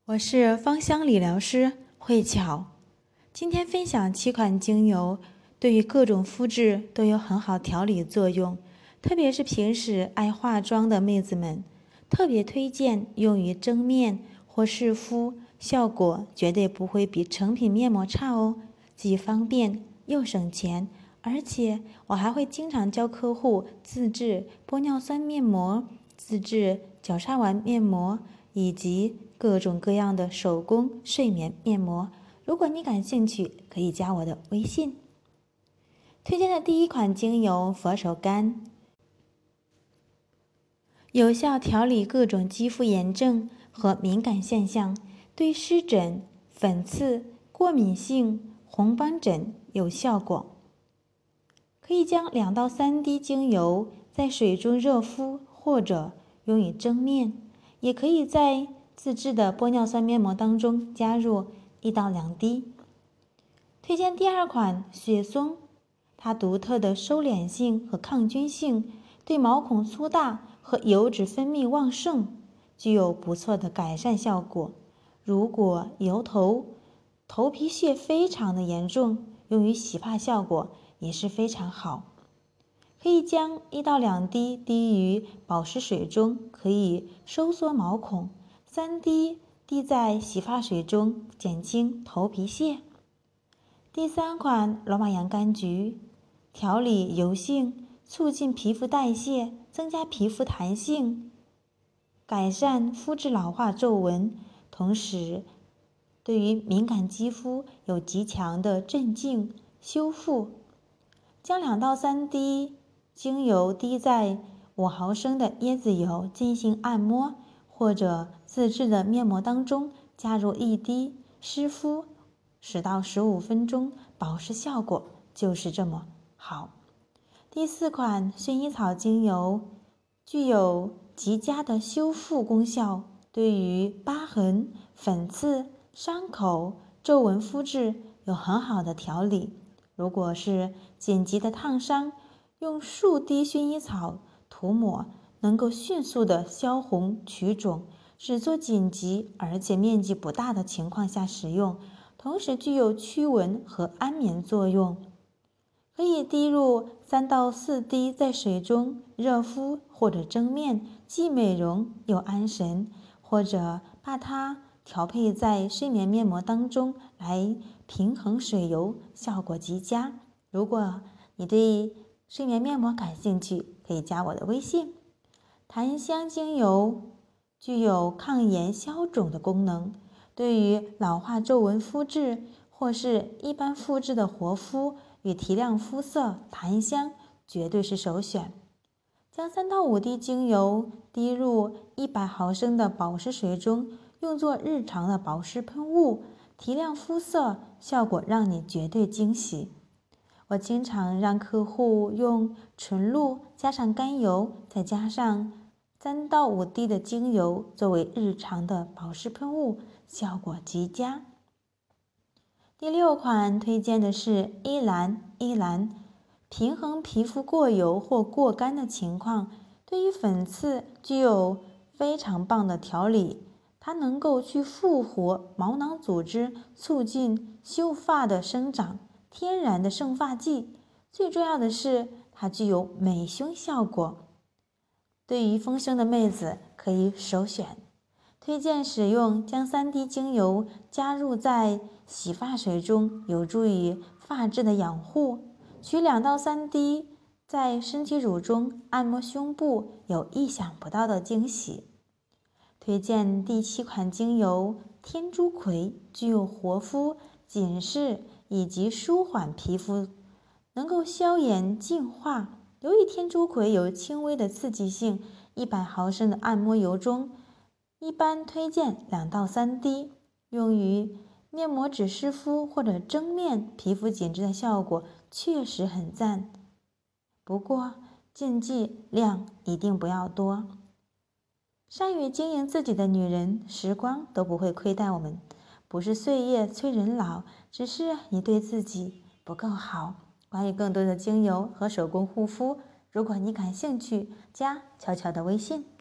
我是芳香理疗师慧巧，今天分享7款精油，对于各种肤质都有很好调理作用，特别是平时爱化妆的妹子们，特别推荐用于蒸面或湿敷，效果绝对不会比成品面膜差哦，既方便又省钱，而且我还会经常教客户自制玻尿酸面膜、自制角鲨烷面膜，以及各种各样的手工睡眠面膜。如果你感兴趣，可以加我的微信。推荐的第1款精油佛手柑，有效调理各种肌肤炎症和敏感现象，对湿疹、粉刺、过敏性红斑疹有效果。可以将2到3滴精油在水中热敷，或者用于蒸面，也可以在自制的玻尿酸面膜当中加入1到2滴。推荐第2款雪松，它独特的收敛性和抗菌性，对毛孔粗大和油脂分泌旺盛具有不错的改善效果。如果油头、头皮屑非常的严重，用于洗发效果也是非常好。可以将1到2滴滴于保湿水中，可以收缩毛孔；3滴滴在洗发水中，减轻头皮屑。第3款罗马洋甘菊，调理油性，促进皮肤代谢，增加皮肤弹性，改善肤质老化皱纹，同时对于敏感肌肤有极强的镇静修复。将2到3滴精油滴在5毫升的椰子油进行按摩，或者自制的面膜当中加入1滴湿敷10到15分钟，保湿效果就是这么好。第4款薰衣草精油，具有极佳的修复功效，对于疤痕、粉刺、伤口、皱纹肤质有很好的调理。如果是紧急的烫伤，用数滴薰衣草涂抹，能够迅速的消红取肿，只做紧急而且面积不大的情况下使用，同时具有驱蚊和安眠作用。可以滴入3到4滴在水中热敷或者蒸面，既美容又安神，或者把它调配在睡眠面膜当中来平衡水油，效果极佳。如果你对睡眠面膜感兴趣，可以加我的微信。檀香精油具有抗炎消肿的功能，对于老化皱纹肤质或是一般肤质的活肤与提亮肤色，檀香绝对是首选。将3到5滴精油滴入100毫升的保湿水中，用作日常的保湿喷雾，提亮肤色，效果让你绝对惊喜。我经常让客户用纯露加上甘油，再加上3到5滴的精油作为日常的保湿喷雾，效果极佳。第6款推荐的是依兰，平衡皮肤过油或过干的情况，对于粉刺具有非常棒的调理。它能够去复活毛囊组织，促进秀发的生长，天然的生发剂。最重要的是，它具有美胸效果。对于丰胸的妹子可以首选。推荐使用将3滴精油加入在洗发水中，有助于发质的养护。取2到3滴在身体乳中按摩胸部，有意想不到的惊喜。推荐第7款精油天竺葵，具有活肤、紧实以及舒缓皮肤，能够消炎净化。由于天竺葵有轻微的刺激性，100毫升的按摩油中一般推荐2到3滴，用于面膜纸湿敷或者蒸面，皮肤紧致的效果确实很赞。不过禁忌量一定不要多。善于经营自己的女人，时光都不会亏待我们。不是岁月催人老，只是你对自己不够好。关于更多的精油和手工护肤，如果你感兴趣，加悄悄的微信。